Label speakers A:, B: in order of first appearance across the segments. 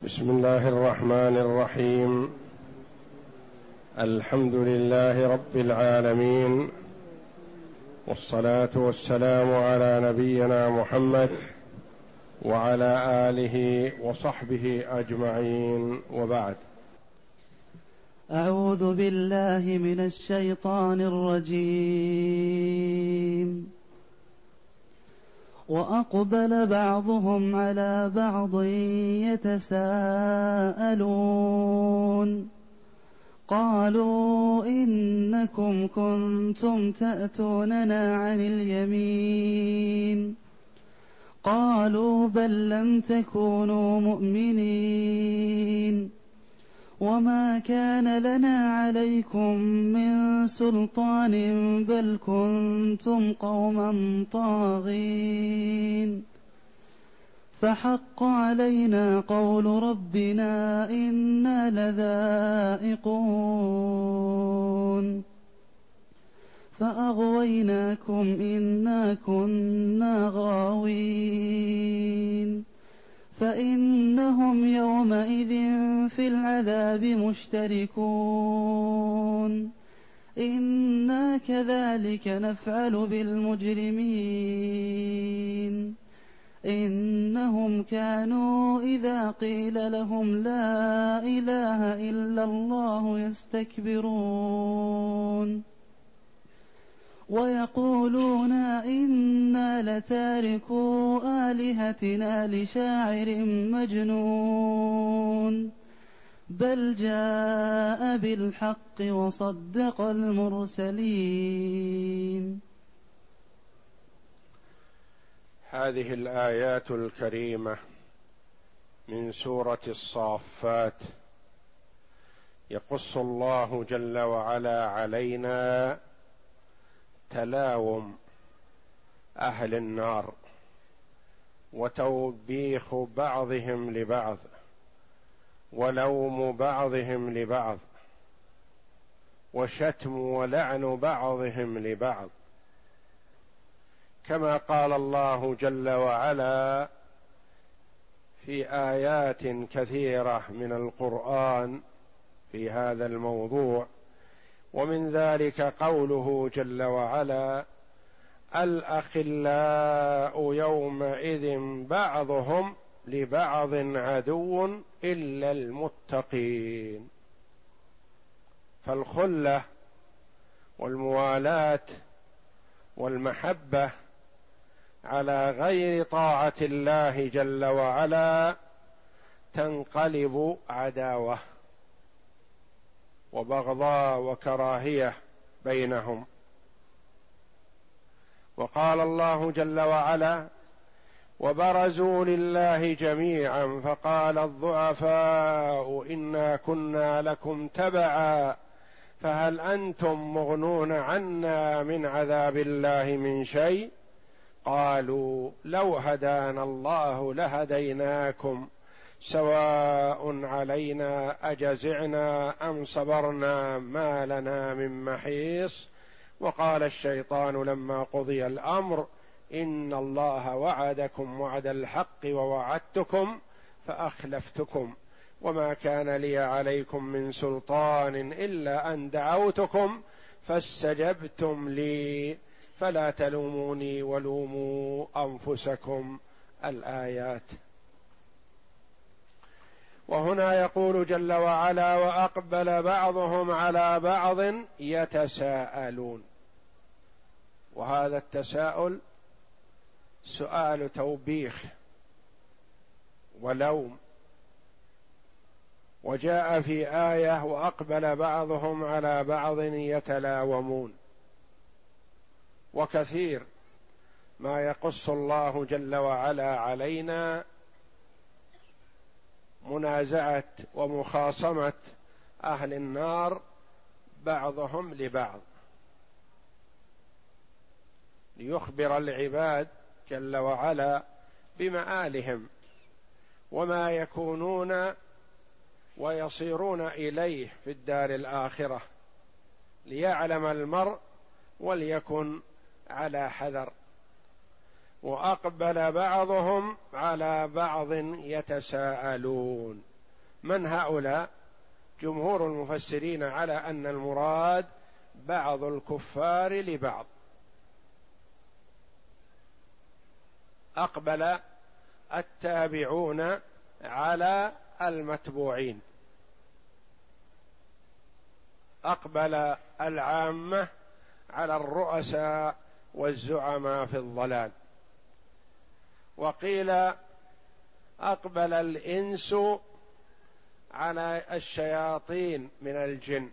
A: بسم الله الرحمن الرحيم. الحمد لله رب العالمين، والصلاة والسلام على نبينا محمد وعلى آله وصحبه أجمعين، وبعد.
B: أعوذ بالله من الشيطان الرجيم. وأقبل بعضهم على بعض يتساءلون قالوا إنكم كنتم تأتوننا عن اليمين قالوا بل لم تكونوا مؤمنين وما كان لنا عليكم من سلطان بل كنتم قوما طاغين فحق علينا قول ربنا إنا لذائقون فأغويناكم إنا كنا غاوين فإنهم يومئذ في العذاب مشتركون إنا كذلك نفعل بالمجرمين إنهم كانوا إذا قيل لهم لا إله إلا الله يستكبرون ويقولون إنا لتاركو آلهتنا لشاعر مجنون بل جاء بالحق وصدق المرسلين.
A: هذه الآيات الكريمة من سورة الصافات يقص الله جل وعلا علينا تلاوم أهل النار وتوبيخ بعضهم لبعض ولوم بعضهم لبعض وشتم ولعن بعضهم لبعض، كما قال الله جل وعلا في آيات كثيرة من القرآن في هذا الموضوع. ومن ذلك قوله جل وعلا: الأخلاء يومئذ بعضهم لبعض عدو إلا المتقين. فالخلة والموالاة والمحبة على غير طاعة الله جل وعلا تنقلب عداوة وبغضاء وكراهية بينهم. وقال الله جل وعلا: وبرزوا لله جميعا فقال الضعفاء إنا كنا لكم تبعا فهل أنتم مغنون عنا من عذاب الله من شيء قالوا لو هدانا الله لهديناكم سواء علينا أجزعنا أم صبرنا ما لنا من محيص. وقال الشيطان لما قضي الأمر إن الله وعدكم وعد الحق ووعدتكم فأخلفتكم وما كان لي عليكم من سلطان إلا أن دعوتكم فاستجبتم لي فلا تلوموني ولوموا أنفسكم. الآيات. وهنا يقول جل وعلا: وأقبل بعضهم على بعض يتساءلون. وهذا التساؤل سؤال توبيخ ولوم. وجاء في آية: وأقبل بعضهم على بعض يتلاومون. وكثير ما يقص الله جل وعلا علينا منازعة ومخاصمة أهل النار بعضهم لبعض، ليخبر العباد جل وعلا بمآلهم وما يكونون ويصيرون إليه في الدار الآخرة، ليعلم المرء وليكن على حذر. وأقبل بعضهم على بعض يتساءلون. من هؤلاء؟ جمهور المفسرين على أن المراد بعض الكفار لبعض. أقبل التابعون على المتبوعين، أقبل العامة على الرؤساء والزعماء في الضلال. وقيل أقبل الإنس على الشياطين من الجن،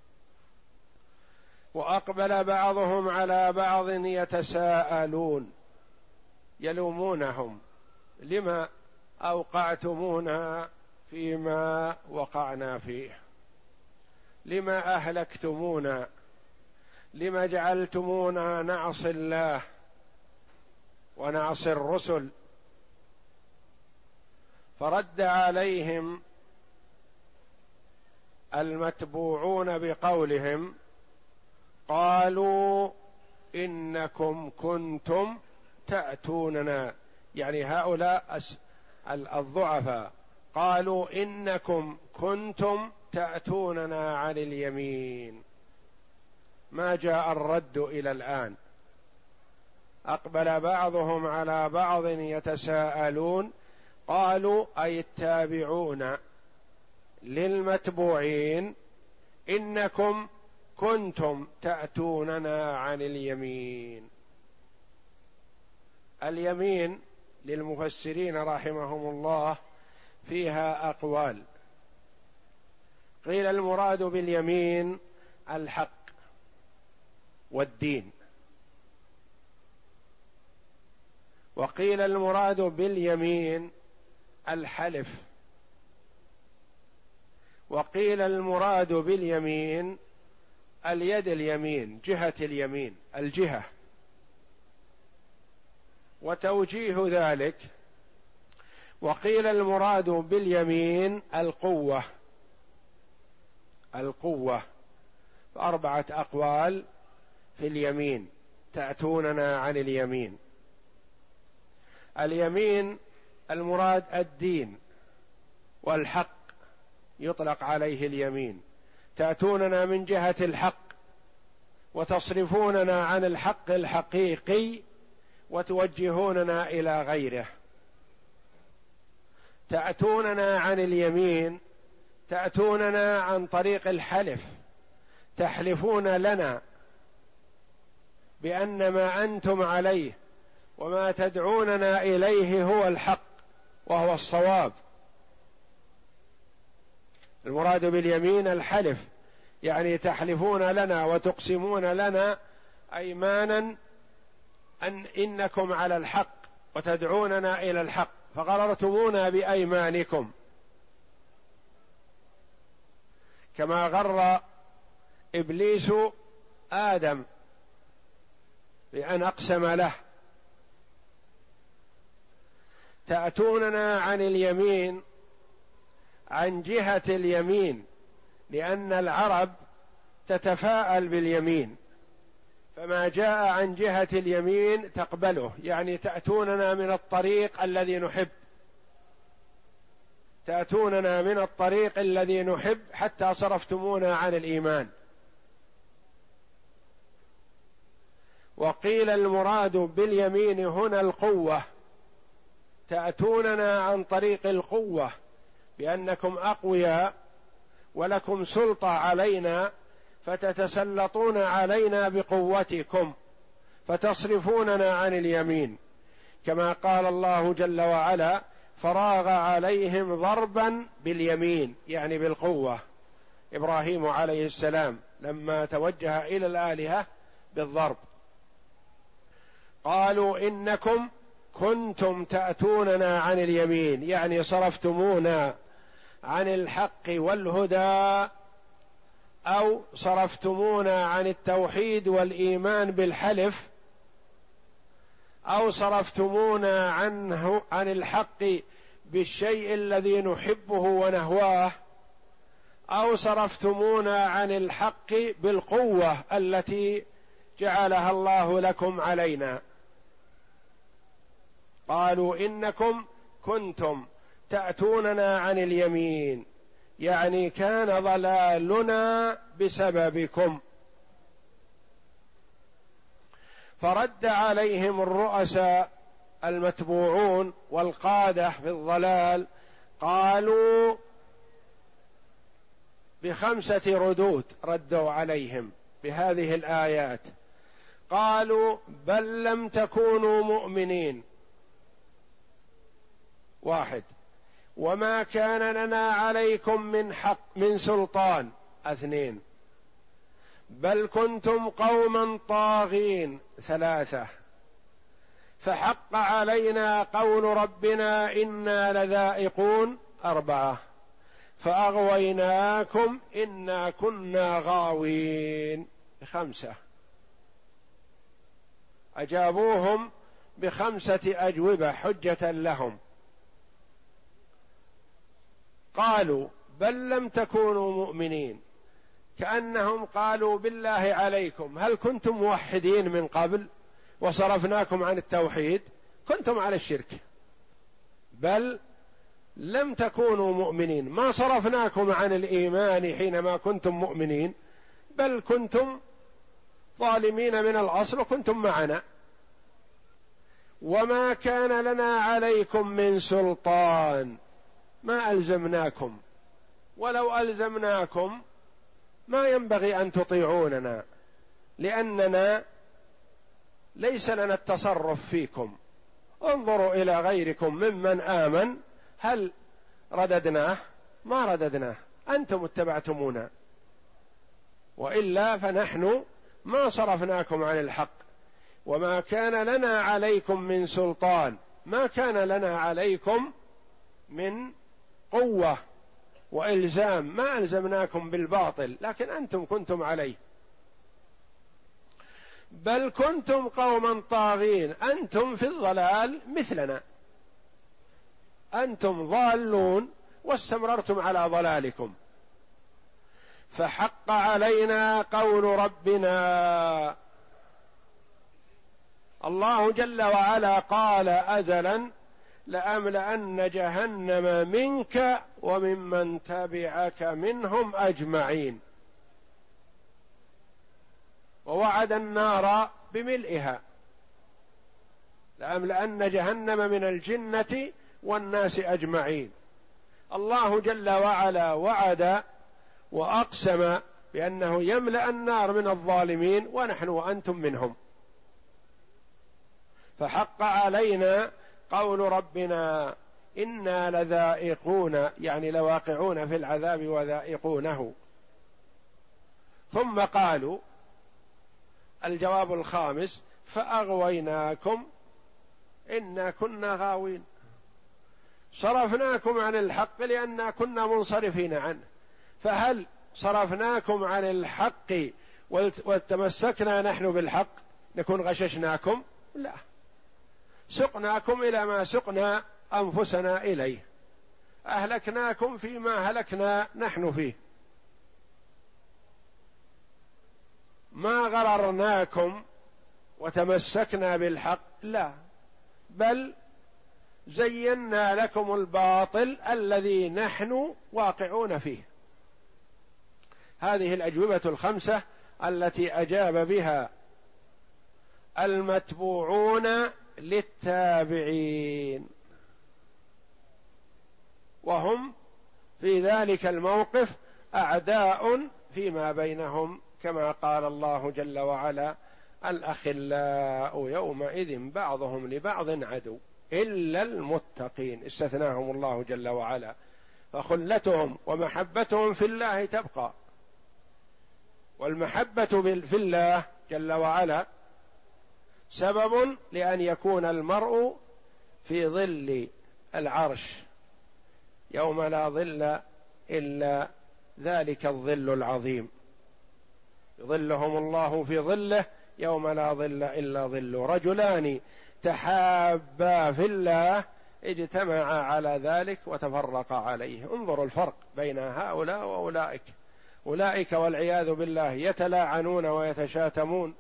A: وأقبل بعضهم على بعض يتساءلون، يلومونهم: لما أوقعتمونا فيما وقعنا فيه؟ لما أهلكتمونا؟ لما جعلتمونا نعصي الله ونعصي الرسل؟ فرد عليهم المتبوعون بقولهم: قالوا إنكم كنتم تأتوننا، يعني هؤلاء الضعفاء قالوا إنكم كنتم تأتوننا عن اليمين. ما جاء الرد إلى الآن. أقبل بعضهم على بعض يتساءلون، قالوا أي التابعون للمتبوعين: إنكم كنتم تأتوننا عن اليمين. اليمين للمفسرين رحمهم الله فيها أقوال. قيل المراد باليمين الحق والدين، وقيل المراد باليمين الحلف، وقيل المراد باليمين اليد اليمين، جهة اليمين، الجهة. وتوجيه ذلك: وقيل المراد باليمين القوة. القوة، 4 أقوال في اليمين: تأتوننا عن اليمين. اليمين المراد الدين والحق، يطلق عليه اليمين. تأتوننا من جهة الحق وتصرفوننا عن الحق الحقيقي وتوجهوننا إلى غيره. تأتوننا عن اليمين، تأتوننا عن طريق الحلف، تحلفون لنا بأن ما أنتم عليه وما تدعوننا إليه هو الحق وهو الصواب. المراد باليمين الحلف، يعني تحلفون لنا وتقسمون لنا أيمانا إنكم على الحق وتدعوننا إلى الحق، فغررتمونا بأيمانكم كما غر إبليس آدم بأن أقسم له. تأتوننا عن اليمين عن جهة اليمين، لأن العرب تتفاءل باليمين، فما جاء عن جهة اليمين تقبله، يعني تأتوننا من الطريق الذي نحب، تأتوننا من الطريق الذي نحب حتى صرفتمونا عن الإيمان. وقيل المراد باليمين هنا القوة، تأتوننا عن طريق القوة بأنكم أقوياء ولكم سلطة علينا، فتتسلطون علينا بقوتكم فتصرفوننا عن اليمين، كما قال الله جل وعلا: فراغ عليهم ضربا باليمين، يعني بالقوة. إبراهيم عليه السلام لما توجه إلى الآلهة بالضرب. قالوا إنكم كنتم تأتوننا عن اليمين، يعني صرفتمونا عن الحق والهدى، أو صرفتمونا عن التوحيد والإيمان بالحلف، أو صرفتمونا عن الحق بالشيء الذي نحبه ونهواه، أو صرفتمونا عن الحق بالقوة التي جعلها الله لكم علينا. قالوا إنكم كنتم تأتوننا عن اليمين، يعني كان ضلالنا بسببكم. فرد عليهم الرؤساء المتبوعون والقادة في الضلال، قالوا ب5 ردود ردوا عليهم بهذه الآيات. قالوا بل لم تكونوا مؤمنين، 1. وما كان لنا عليكم من حق من سلطان، 2. بل كنتم قوما طاغين، 3. فحق علينا قول ربنا إنا لذائقون، 4. فأغويناكم إنا كنا غاوين، 5. أجابوهم ب5 أجوبة حجة لهم. قالوا بل لم تكونوا مؤمنين، كأنهم قالوا بالله عليكم هل كنتم موحدين من قبل وصرفناكم عن التوحيد؟ كنتم على الشرك. بل لم تكونوا مؤمنين، ما صرفناكم عن الإيمان حينما كنتم مؤمنين، بل كنتم ظالمين من الأصل وكنتم معنا. وما كان لنا عليكم من سلطان، ما ألزمناكم، ولو ألزمناكم ما ينبغي أن تطيعوننا، لأننا ليس لنا التصرف فيكم. انظروا إلى غيركم ممن آمن، هل رددناه؟ ما رددناه، أنتم اتبعتمونا، وإلا فنحن ما صرفناكم عن الحق. وما كان لنا عليكم من سلطان، ما كان لنا عليكم من قوة وإلزام، ما ألزمناكم بالباطل، لكن أنتم كنتم عليه. بل كنتم قوما طاغين، أنتم في الضلال مثلنا، أنتم ضالون واستمررتم على ضلالكم. فحق علينا قول ربنا، الله جل وعلا قال أزلا لأملأن جهنم منك وممن تبعك منهم أجمعين، ووعد النار بملئها، لأملأن جهنم من الجنة والناس أجمعين. الله جل وعلا وعد وأقسم بأنه يملأ النار من الظالمين، ونحن وأنتم منهم. فحق علينا قول ربنا إنا لذائقون، يعني لواقعون في العذاب وذائقونه. ثم قالوا الجواب الخامس فأغويناكم إنا كنا غاوين، صرفناكم عن الحق لأننا كنا منصرفين عنه. فهل صرفناكم عن الحق وتمسكنا نحن بالحق نكون غششناكم؟ لا، سقناكم إلى ما سقنا أنفسنا إليه، أهلكناكم فيما هلكنا نحن فيه، ما غررناكم وتمسكنا بالحق، لا، بل زينا لكم الباطل الذي نحن واقعون فيه. هذه الأجوبة 5 التي أجاب بها المتبوعون للتابعين، وهم في ذلك الموقف أعداء فيما بينهم، كما قال الله جل وعلا الأخلاء يومئذ بعضهم لبعض عدو إلا المتقين، استثناهم الله جل وعلا. فخلتهم ومحبتهم في الله تبقى، والمحبة في الله جل وعلا سبب لأن يكون المرء في ظل العرش يوم لا ظل إلا ذلك الظل العظيم، يظلهم الله في ظله يوم لا ظل إلا ظله. رجلان تحابا في الله اجتمعا على ذلك وتفرقا عليه. انظروا الفرق بين هؤلاء وأولئك، أولئك والعياذ بالله يتلاعنون ويتشاتمون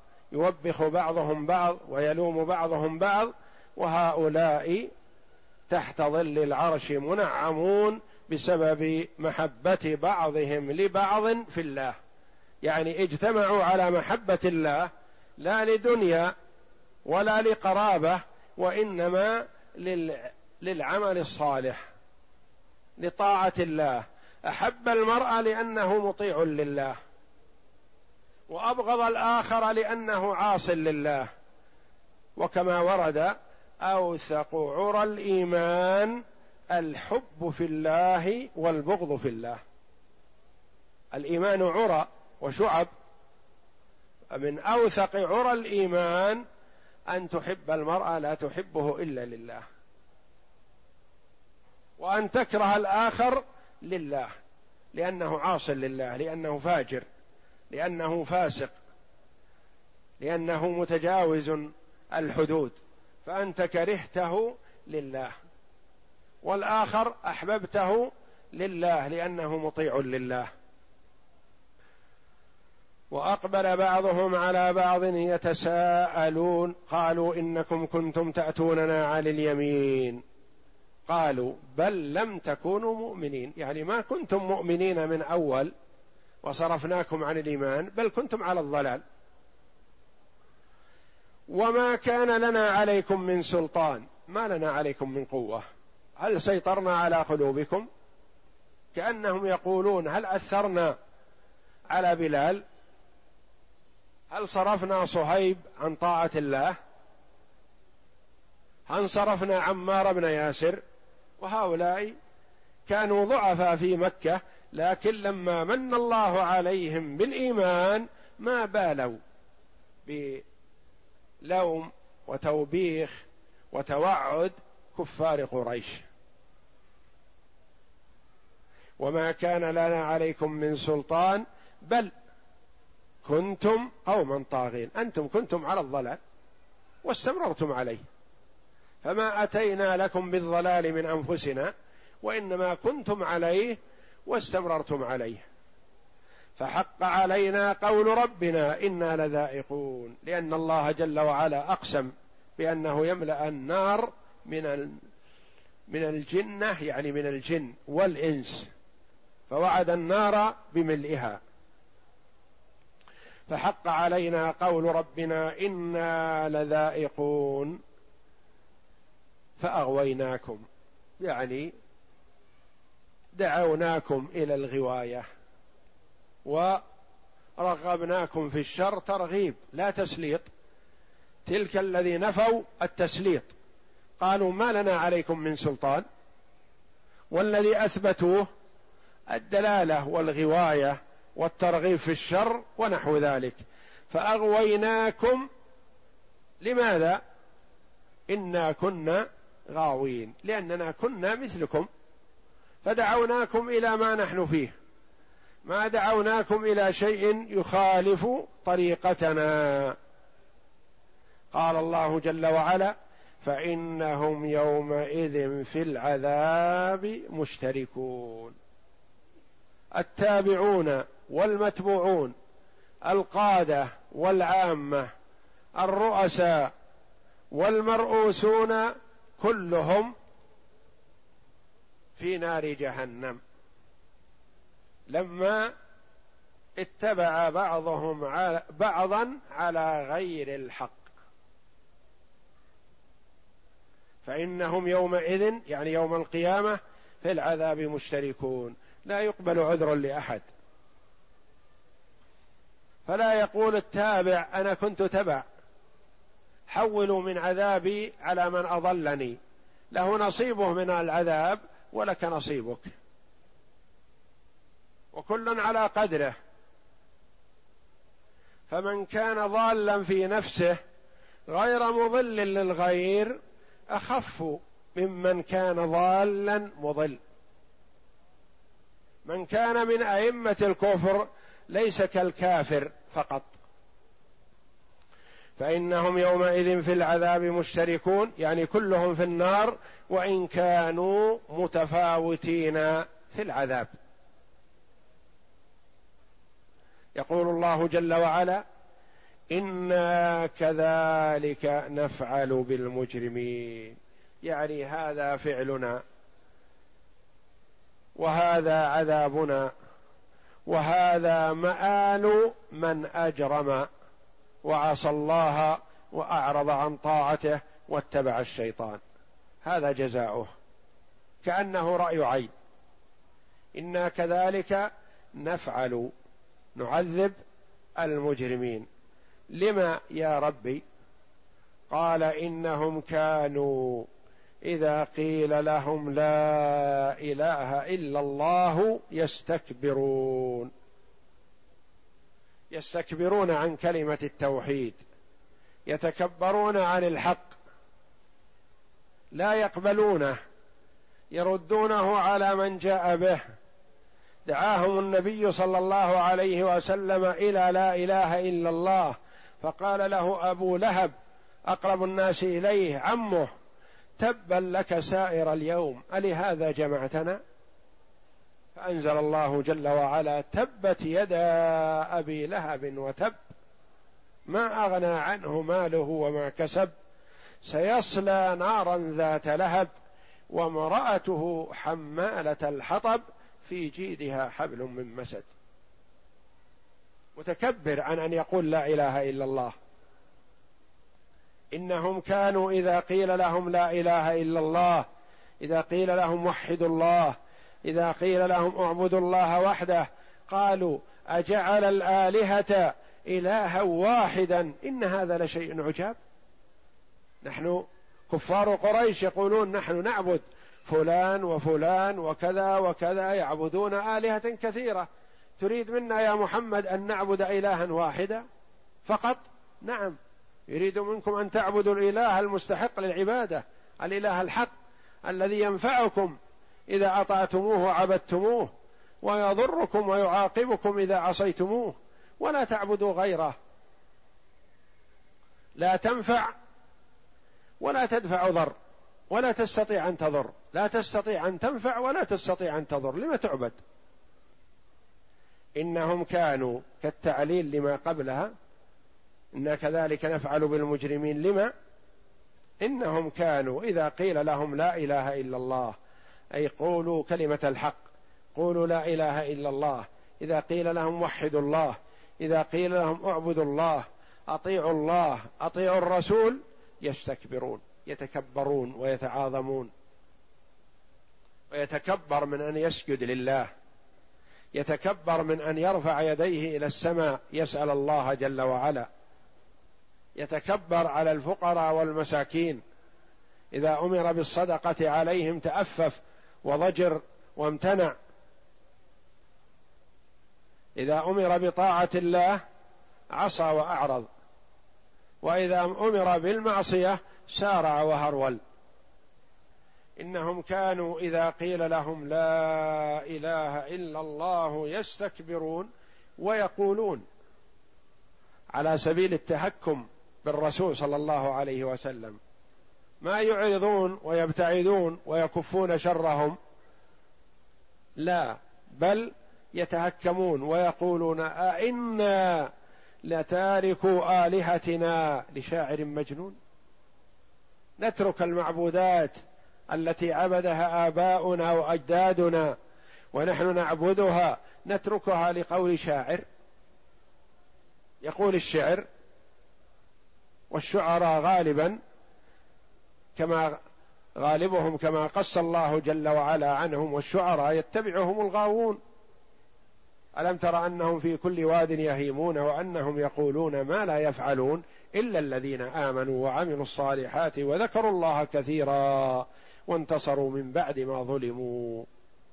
A: ويوبخ بعضهم بعض ويلوم بعضهم بعض، وهؤلاء تحت ظل العرش منعمون بسبب محبة بعضهم لبعض في الله، يعني اجتمعوا على محبة الله لا لدنيا ولا لقرابة، وإنما للعمل الصالح لطاعة الله. أحب المرء لأنه مطيع لله، وأبغض الآخر لأنه عاص لله. وكما ورد: أوثق عرى الإيمان الحب في الله والبغض في الله. الإيمان عرى وشعب، من أوثق عرى الإيمان أن تحب المرء لا تحبه إلا لله، وأن تكره الآخر لله لأنه عاص لله، لأنه فاجر، لأنه فاسق، لأنه متجاوز الحدود، فأنت كرهته لله، والآخر أحببته لله لأنه مطيع لله. وأقبل بعضهم على بعض يتساءلون قالوا إنكم كنتم تأتوننا على اليمين قالوا بل لم تكونوا مؤمنين، يعني ما كنتم مؤمنين من أول وصرفناكم عن الإيمان، بل كنتم على الضلال. وما كان لنا عليكم من سلطان، ما لنا عليكم من قوة، هل سيطرنا على قلوبكم؟ كأنهم يقولون هل أثرنا على بلال؟ هل صرفنا صهيب عن طاعة الله؟ هل صرفنا عمار بن ياسر؟ وهؤلاء كانوا ضعفاء في مكة، لكن لما من الله عليهم بالإيمان ما بالوا بلوم وتوبيخ وتوعد كفار قريش. وما كان لنا عليكم من سلطان بل كنتم قوما طاغين، أنتم كنتم على الضلال واستمررتم عليه، فما أتينا لكم بالضلال من أنفسنا، وإنما كنتم عليه واستمررتم عليه. فحق علينا قول ربنا إنا لذائقون، لأن الله جل وعلا أقسم بأنه يملأ النار من الجنة، يعني من الجن والإنس، فوعد النار بملئها. فحق علينا قول ربنا إنا لذائقون فأغويناكم، يعني دعوناكم إلى الغواية ورغبناكم في الشر ترغيب لا تسليط. تلك الذي نفوا التسليط قالوا ما لنا عليكم من سلطان، والذي أثبتوه الدلالة والغواية والترغيب في الشر ونحو ذلك. فأغويناكم لماذا؟ إنا كنا غاوين، لأننا كنا مثلكم، فدعوناكم إلى ما نحن فيه، ما دعوناكم إلى شيء يخالف طريقتنا. قال الله جل وعلا فإنهم يومئذ في العذاب مشتركون. التابعون والمتبوعون، القادة والعامة، الرؤساء والمرؤوسون، كلهم في نار جهنم، لما اتبع بعضهم بعضا على غير الحق. فإنهم يومئذ يعني يوم القيامة في العذاب مشتركون، لا يقبل عذر لأحد. فلا يقول التابع أنا كنت تبع، حولوا من عذابي على من أضلني، له نصيبه من العذاب ولك نصيبك، وكل على قدره. فمن كان ضالا في نفسه غير مضل للغير أخف ممن كان ضالا مضل. من كان من أئمة الكفر ليس كالكافر فقط. فإنهم يومئذ في العذاب مشتركون، يعني كلهم في النار وإن كانوا متفاوتين في العذاب. يقول الله جل وعلا إنا كذلك نفعل بالمجرمين. يعني هذا فعلنا وهذا عذابنا وهذا مآل من أجرم وعصى الله وأعرض عن طاعته واتبع الشيطان، هذا جزاؤه، كأنه رأي عين. إنا كذلك نفعل، نعذب المجرمين. لما يا ربي؟ قال إنهم كانوا إذا قيل لهم لا إله إلا الله يستكبرون عن كلمة التوحيد، يتكبرون عن الحق، لا يقبلونه، يردونه على من جاء به. دعاهم النبي صلى الله عليه وسلم إلى لا إله إلا الله، فقال له أبو لهب أقرب الناس إليه عمه: تبا لك سائر اليوم، ألهذا جمعتنا؟ فأنزل الله جل وعلا: تبت يدا أبي لهب وتب، ما أغنى عنه ماله وما كسب، سيصلى نارا ذات لهب وامرأته حمالة الحطب في جيدها حبل من مسد. متكبر عن أن يقول لا إله إلا الله. إنهم كانوا إذا قيل لهم لا إله إلا الله، إذا قيل لهم وحدوا الله، إذا قيل لهم اعبدوا الله وحده، قالوا أجعل الآلهة إلها واحدا إن هذا لشيء عجاب. نحن كفار قريش يقولون نحن نعبد فلان وفلان وكذا وكذا، يعبدون آلهة كثيرة، تريد منا يا محمد أن نعبد إلها واحدا فقط؟ نعم، يريد منكم أن تعبدوا الإله المستحق للعبادة، الإله الحق الذي ينفعكم إذا أطعتموه وعبدتموه، ويضركم ويعاقبكم إذا عصيتموه، ولا تعبدوا غيره. لا تنفع ولا تدفع ضر، ولا تستطيع أن تضر، لا تستطيع أن تنفع ولا تستطيع أن تضر، لما تعبد؟ إنهم كانوا كالتعليل لما قبلها، إنا كذلك نفعل بالمجرمين. لما؟ إنهم كانوا إذا قيل لهم لا إله إلا الله، أي قولوا كلمة الحق، قولوا لا إله إلا الله، إذا قيل لهم وحدوا الله، إذا قيل لهم اعبدوا الله، أطيعوا الله، أطيعوا الرسول، يستكبرون، يتكبرون ويتعاظمون. ويتكبر من أن يسجد لله، يتكبر من أن يرفع يديه إلى السماء يسأل الله جل وعلا، يتكبر على الفقراء والمساكين، إذا أمر بالصدقة عليهم تأفف وضجر وامتنع، إذا أمر بطاعة الله عصى وأعرض، وإذا أمر بالمعصية سارع وهرول. إنهم كانوا إذا قيل لهم لا إله إلا الله يستكبرون ويقولون، على سبيل التهكم بالرسول صلى الله عليه وسلم، ما يعرضون ويبتعدون ويكفون شرهم، لا، بل يتهكمون ويقولون أئنا لتاركوا آلهتنا لشاعر مجنون، نترك المعبودات التي عبدها آباؤنا وأجدادنا ونحن نعبدها، نتركها لقول شاعر يقول الشعر. والشعراء غالبا غالبهم كما قص الله جل وعلا عنهم، والشعراء يتبعهم الغاوون. ألم تر أنهم في كل واد يهيمون وأنهم يقولون ما لا يفعلون إلا الذين آمنوا وعملوا الصالحات وذكروا الله كثيرا وانتصروا من بعد ما ظلموا.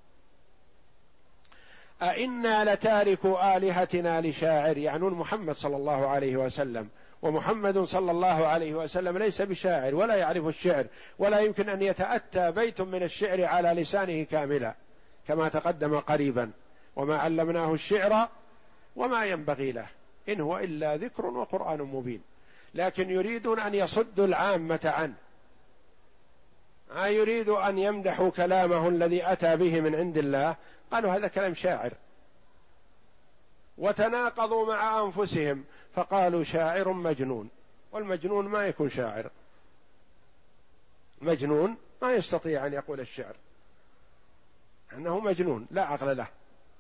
A: أئنا لتاركوا آلهتنا لشاعر، يعنون محمد صلى الله عليه وسلم، ومحمد صلى الله عليه وسلم ليس بشاعر ولا يعرف الشعر، ولا يمكن أن يتأتى بيت من الشعر على لسانه كاملا كما تقدم قريبا. وما علمناه الشعر وما ينبغي له، إن هو إلا ذكر وقرآن مبين. لكن يريدون أن يصدوا العامة عنه، ما يريد أن يمدحوا كلامه الذي أتى به من عند الله، قالوا هذا كلام شاعر، وتناقضوا مع أنفسهم فقالوا شاعر مجنون، والمجنون ما يكون شاعر، مجنون ما يستطيع أن يقول الشعر، أنه مجنون لا عقل له.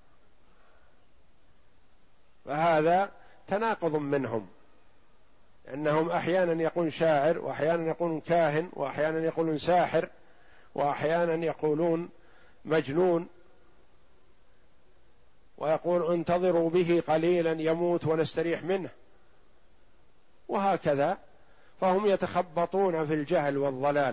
A: فهذا تناقض منهم، أنهم أحيانا يقولون شاعر، وأحيانا يقولون كاهن، وأحيانا يقولون ساحر، وأحيانا يقولون مجنون، ويقول انتظروا به قليلا يموت ونستريح منه، وهكذا. فهم يتخبطون في الجهل والضلال.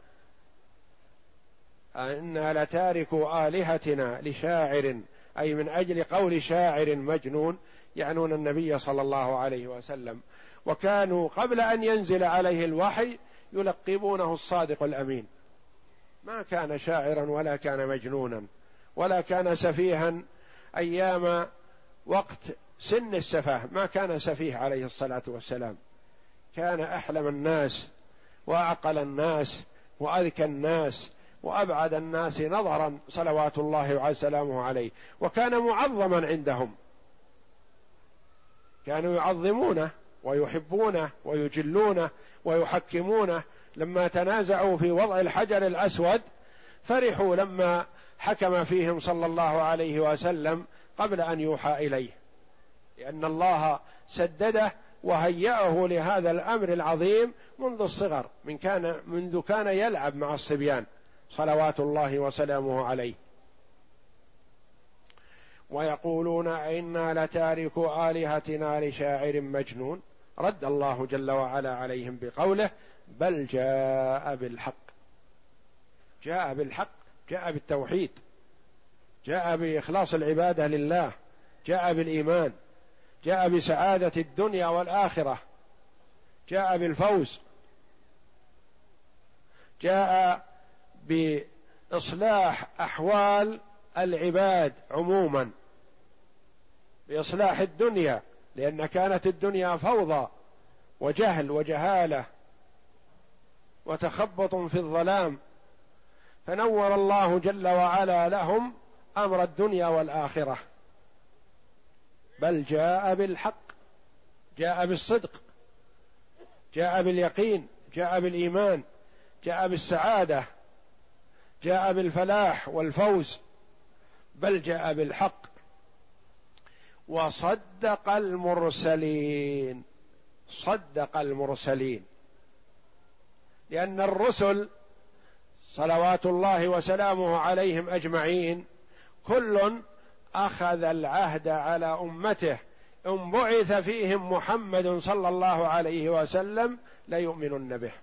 A: إنا لتاركوا آلهتنا لشاعر، أي من أجل قول شاعر مجنون، يعنون النبي صلى الله عليه وسلم. وكانوا قبل أن ينزل عليه الوحي يلقبونه الصادق الأمين، ما كان شاعرا ولا كان مجنونا ولا كان سفيها أيام وقت سن السفاه، ما كان سفيه عليه الصلاة والسلام، كان أحلم الناس وأعقل الناس وأذكى الناس وأبعد الناس نظرا صلوات الله وسلامه عليه، وكان معظما عندهم، كانوا يعظمونه ويحبونه ويجلونه ويحكمونه. لما تنازعوا في وضع الحجر الأسود فرحوا لما حكم فيهم صلى الله عليه وسلم قبل أن يوحى إليه، لأن الله سدده وهيأه لهذا الأمر العظيم منذ الصغر، منذ كان يلعب مع الصبيان صلوات الله وسلامه عليه. ويقولون إنا لتاركوا آلهتنا لشاعر مجنون، رد الله جل وعلا عليهم بقوله بل جاء بالحق. جاء بالحق، جاء بالتوحيد، جاء بإخلاص العبادة لله، جاء بالإيمان، جاء بسعادة الدنيا والآخرة، جاء بالفوز، جاء بإصلاح أحوال العباد عموما، بإصلاح الدنيا، لأن كانت الدنيا فوضى وجهل وجهالة وتخبط في الظلام، فنور الله جل وعلا لهم أمر الدنيا والآخرة. بل جاء بالحق، جاء بالصدق، جاء باليقين، جاء بالإيمان، جاء بالسعادة، جاء بالفلاح والفوز، بل جاء بالحق. وصدق المرسلين، صدق المرسلين، لأن الرسل صلوات الله وسلامه عليهم أجمعين كل أخذ العهد على أمته إن بعث فيهم محمد صلى الله عليه وسلم ليؤمنن به،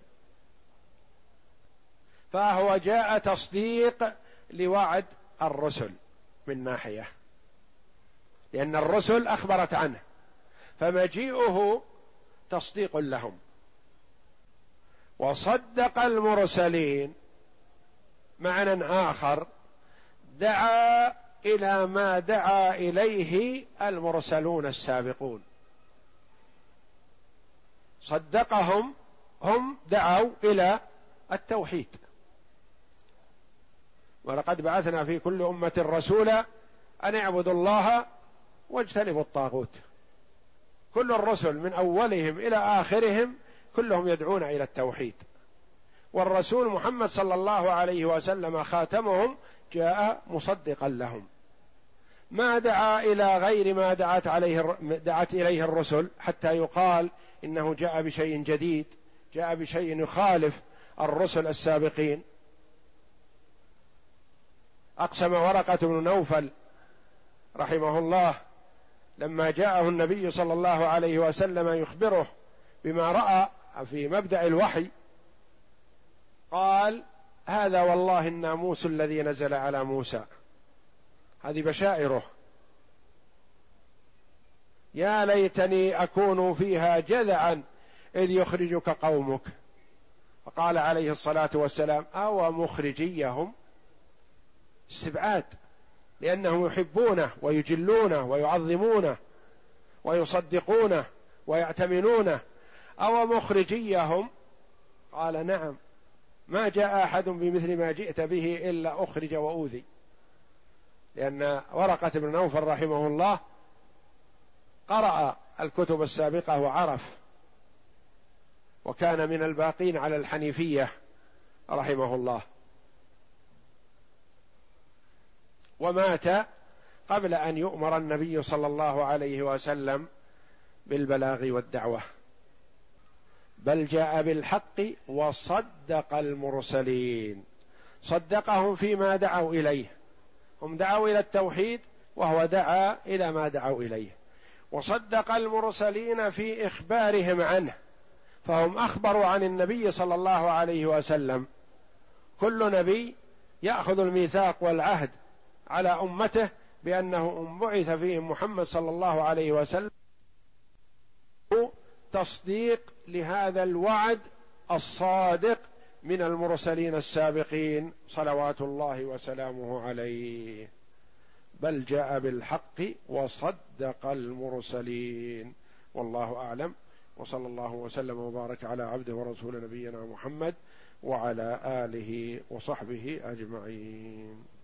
A: فهو جاء تصديق لوعد الرسل من ناحية، لأن الرسل أخبرت عنه، فمجيئه تصديق لهم. وصدق المرسلين معنى آخر، دعا إلى ما دعا إليه المرسلون السابقون، صدقهم، هم دعوا إلى التوحيد. ولقد بعثنا في كل أمة رسولا أن اعبدوا الله واجتنبوا الطاغوت. كل الرسل من أولهم إلى آخرهم كلهم يدعون إلى التوحيد، والرسول محمد صلى الله عليه وسلم خاتمهم جاء مصدقا لهم، ما دعا إلى غير ما دعت إليه الرسل حتى يقال إنه جاء بشيء جديد، جاء بشيء يخالف الرسل السابقين. أقسم ورقة بن نوفل رحمه الله لما جاءه النبي صلى الله عليه وسلم يخبره بما رأى في مبدأ الوحي، قال هذا والله الناموس الذي نزل على موسى، هذه بشائره، يا ليتني أكون فيها جذعا إذ يخرجك قومك. فقال عليه الصلاة والسلام أو مخرجيهم، استبعاد، لأنهم يحبونه ويجلونه ويعظمونه ويصدقونه ويأتمنونه. أو مخرجيهم، قال نعم، ما جاء أحد بمثل ما جئت به إلا أخرج وأوذي، لأن ورقة بن نوفل رحمه الله قرأ الكتب السابقة وعرف، وكان من الباقين على الحنيفية رحمه الله، ومات قبل أن يؤمر النبي صلى الله عليه وسلم بالبلاغ والدعوة. بل جاء بالحق وصدق المرسلين، صدقهم فيما دعوا إليه، هم دعوا إلى التوحيد وهو دعا إلى ما دعوا إليه، وصدق المرسلين في إخبارهم عنه، فهم أخبروا عن النبي صلى الله عليه وسلم. كل نبي يأخذ الميثاق والعهد على أمته بأنه بعث فيهم محمد صلى الله عليه وسلم، تصديق لهذا الوعد الصادق من المرسلين السابقين صلوات الله وسلامه عليه. بل جاء بالحق وصدق المرسلين. والله أعلم، وصلى الله وسلم وبارك على عبده ورسول نبينا محمد وعلى آله وصحبه أجمعين.